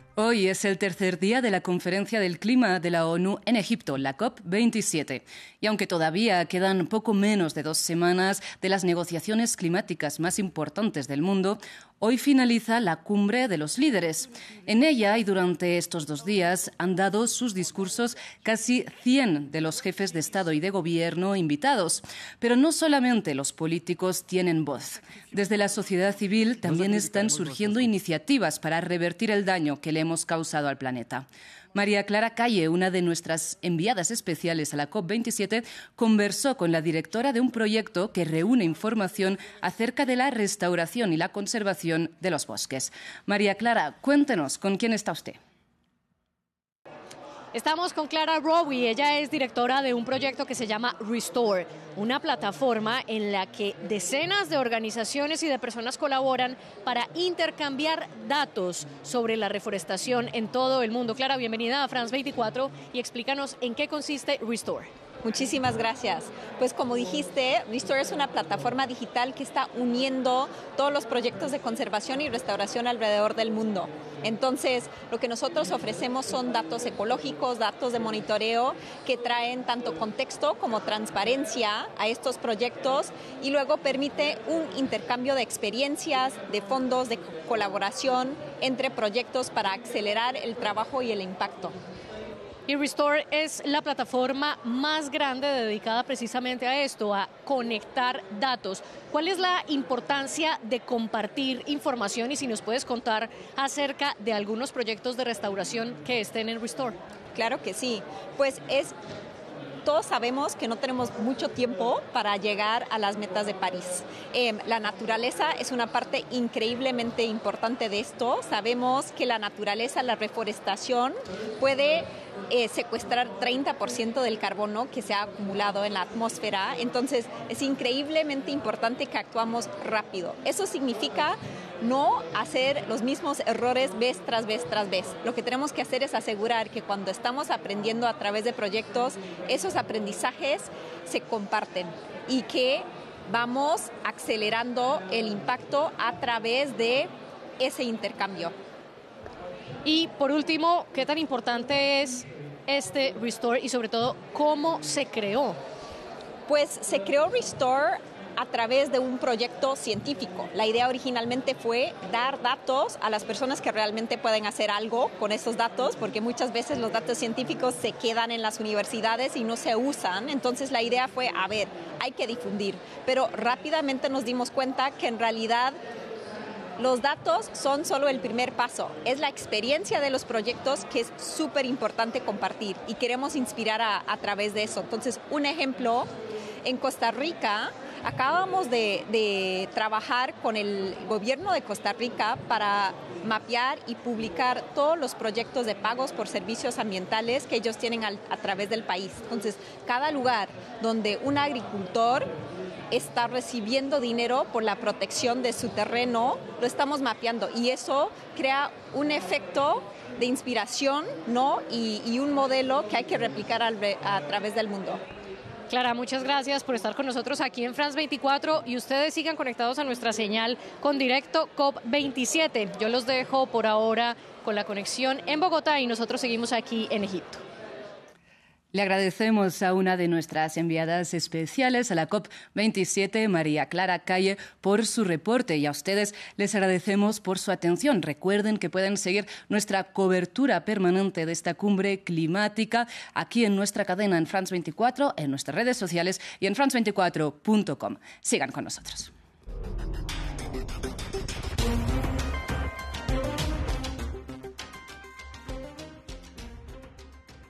Hoy es el tercer día de la Conferencia del Clima de la ONU en Egipto, la COP27. Y aunque todavía quedan poco menos de 2 semanas de las negociaciones climáticas más importantes del mundo, hoy finaliza la cumbre de los líderes. En ella y durante estos 2 días han dado sus discursos casi 100 de los jefes de Estado y de Gobierno invitados. Pero no solamente los políticos tienen voz. Desde la sociedad civil también están surgiendo iniciativas para revertir el daño que le hemos causado al planeta. María Clara Calle, una de nuestras enviadas especiales a la COP27, conversó con la directora de un proyecto que reúne información acerca de la restauración y la conservación de los bosques. María Clara, cuéntenos, ¿con quién está usted? Estamos con Clara Rowe, ella es directora de un proyecto que se llama Restore, una plataforma en la que decenas de organizaciones y de personas colaboran para intercambiar datos sobre la reforestación en todo el mundo. Clara, bienvenida a France 24 y explícanos en qué consiste Restore. Muchísimas gracias. Pues como dijiste, Restore es una plataforma digital que está uniendo todos los proyectos de conservación y restauración alrededor del mundo. Entonces, lo que nosotros ofrecemos son datos ecológicos, datos de monitoreo que traen tanto contexto como transparencia a estos proyectos y luego permite un intercambio de experiencias, de fondos, de colaboración entre proyectos para acelerar el trabajo y el impacto. Y Restore es la plataforma más grande dedicada precisamente a esto, a conectar datos. ¿Cuál es la importancia de compartir información y si nos puedes contar acerca de algunos proyectos de restauración que estén en Restore? Claro que sí, pues todos sabemos que no tenemos mucho tiempo para llegar a las metas de París. La naturaleza es una parte increíblemente importante de esto. Sabemos que la naturaleza, la reforestación, puede secuestrar 30% del carbono que se ha acumulado en la atmósfera. Entonces, es increíblemente importante que actuamos rápido. Eso significa no hacer los mismos errores vez tras vez tras vez. Lo que tenemos que hacer es asegurar que cuando estamos aprendiendo a través de proyectos, esos aprendizajes se comparten y que vamos acelerando el impacto a través de ese intercambio. Y por último, ¿qué tan importante es este Restore y sobre todo cómo se creó? Pues se creó Restore a través de un proyecto científico. La idea originalmente fue dar datos a las personas que realmente pueden hacer algo con esos datos, porque muchas veces los datos científicos se quedan en las universidades y no se usan. Entonces la idea fue, hay que difundir. Pero rápidamente nos dimos cuenta que en realidad los datos son solo el primer paso. Es la experiencia de los proyectos que es súper importante compartir y queremos inspirar a través de eso. Entonces, un ejemplo, en Costa Rica acabamos de trabajar con el gobierno de Costa Rica para mapear y publicar todos los proyectos de pagos por servicios ambientales que ellos tienen a través del país. Entonces, cada lugar donde un agricultor está recibiendo dinero por la protección de su terreno, lo estamos mapeando y eso crea un efecto de inspiración, ¿no? y un modelo que hay que replicar a través del mundo. Clara, muchas gracias por estar con nosotros aquí en France 24 y ustedes sigan conectados a nuestra señal con Directo COP27. Yo los dejo por ahora con la conexión en Bogotá y nosotros seguimos aquí en Egipto. Le agradecemos a una de nuestras enviadas especiales a la COP27, María Clara Calle, por su reporte y a ustedes les agradecemos por su atención. Recuerden que pueden seguir nuestra cobertura permanente de esta cumbre climática aquí en nuestra cadena en France 24, en nuestras redes sociales y en france24.com. Sigan con nosotros.